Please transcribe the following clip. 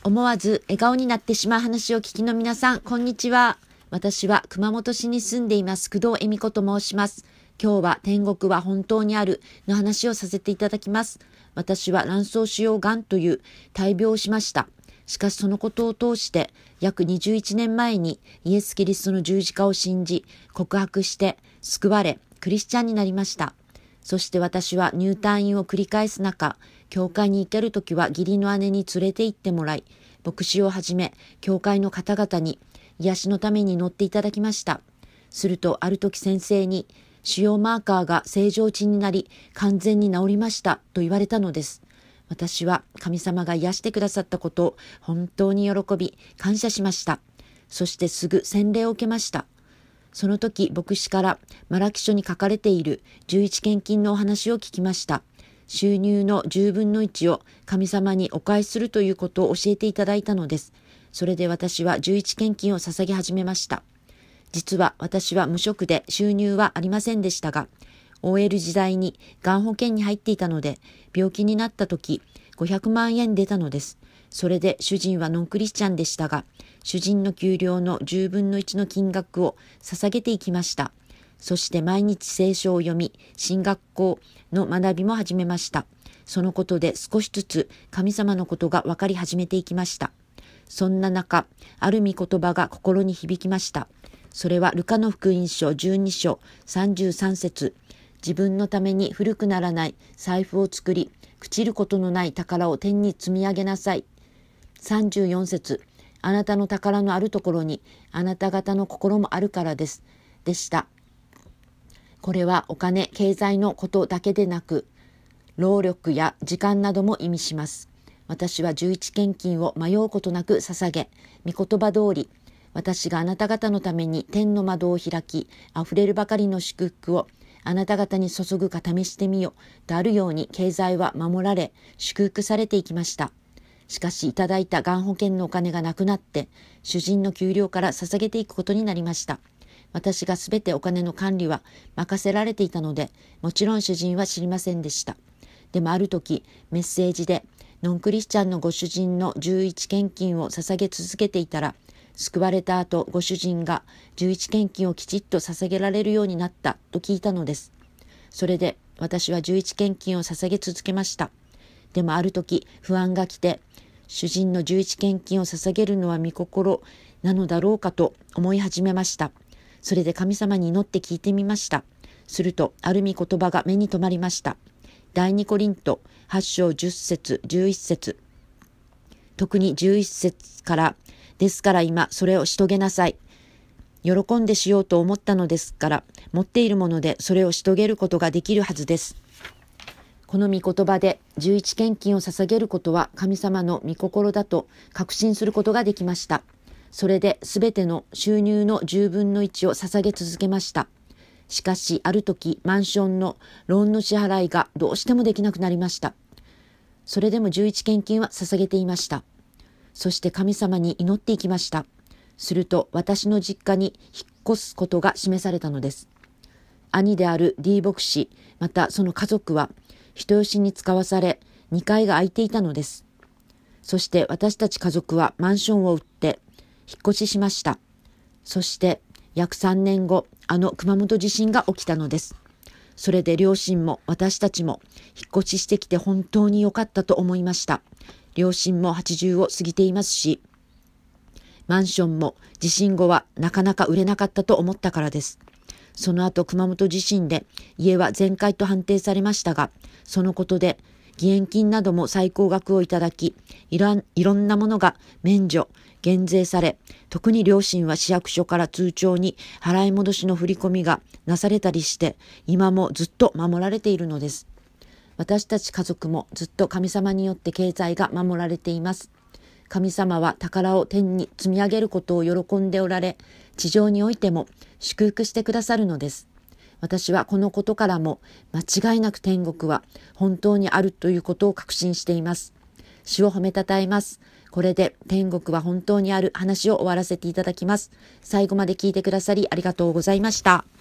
思わず笑顔になってしまう話を聞きの皆さん、こんにちは。私は熊本市に住んでいます工藤恵美子と申します。今日は天国は本当にあるの話をさせていただきます。私は卵巣腫瘍がんという大病をしました。しかしそのことを通して約21年前にイエス・キリストの十字架を信じ告白して救われクリスチャンになりました。そして私は入退院を繰り返す中、教会に行けるときは義理の姉に連れて行ってもらい、牧師をはじめ教会の方々に癒しのために祈っていただきました。するとある時先生に腫瘍マーカーが正常値になり完全に治りましたと言われたのです。私は神様が癒してくださったことを本当に喜び感謝しました。そしてすぐ洗礼を受けました。その時牧師からマラキ書に書かれている11献金のお話を聞きました。収入の10分の1を神様にお返しするということを教えていただいたのです。それで私は11献金を捧げ始めました。実は私は無職で収入はありませんでしたが、OL 時代にがん保険に入っていたので、病気になった時500万円出たのです。それで主人はノンクリスチャンでしたが、主人の給料の10分の1の金額を捧げていきました。そして毎日聖書を読み、神学校の学びも始めました。そのことで少しずつ神様のことが分かり始めていきました。そんな中、ある御言葉が心に響きました。それはルカの福音書12章33節。自分のために古くならない財布を作り、朽ちることのない宝を天に積み上げなさい。34節。あなたの宝のあるところにあなた方の心もあるからです。でした。これはお金、経済のことだけでなく、労力や時間なども意味します。私は11献金を迷うことなく捧げ、御言葉通り、私があなた方のために天の窓を開き、あふれるばかりの祝福をあなた方に注ぐか試してみよとあるように経済は守られ、祝福されていきました。しかしいただいたがん保険のお金がなくなって、主人の給料から捧げていくことになりました。私がすべてお金の管理は任せられていたので、もちろん主人は知りませんでした。でもある時、メッセージで、ノンクリスチャンのご主人の11献金を捧げ続けていたら、救われた後、ご主人が11献金をきちっと捧げられるようになったと聞いたのです。それで私は11献金を捧げ続けました。でもある時、不安が来て、主人の11献金を捧げるのは御心なのだろうかと思い始めました。それで神様に祈って聞いてみました。すると、ある御言葉が目に留まりました。第2コリント8章10節11節。特に11節から、ですから今それをしとげなさい。喜んでしようと思ったのですから、持っているものでそれをしとげることができるはずです。この御言葉で11献金を捧げることは神様の御心だと確信することができました。それで全ての収入の10分の1を捧げ続けました。しかしある時マンションのローンの支払いがどうしてもできなくなりました。それでも11献金は捧げていました。そして神様に祈っていきました。すると私の実家に引っ越すことが示されたのです。兄である D 牧師、またその家族は人吉に使わされ2階が空いていたのです。そして私たち家族はマンションを売って引っ越ししました。そして約3年後、あの熊本地震が起きたのです。それで両親も私たちも引っ越ししてきて本当に良かったと思いました。両親も80を過ぎていますし、マンションも地震後はなかなか売れなかったと思ったからです。その後熊本地震で家は全壊と判定されましたが、そのことで義援金なども最高額をいただき、いろんなものが免除、減税され、特に両親は市役所から通帳に払い戻しの振り込みがなされたりして、今もずっと守られているのです。私たち家族もずっと神様によって経済が守られています。神様は宝を天に積み上げることを喜んでおられ、地上においても祝福してくださるのです。私はこのことからも間違いなく天国は本当にあるということを確信しています。主を褒めたたえます。これで天国は本当にある話を終わらせていただきます。最後まで聞いてくださりありがとうございました。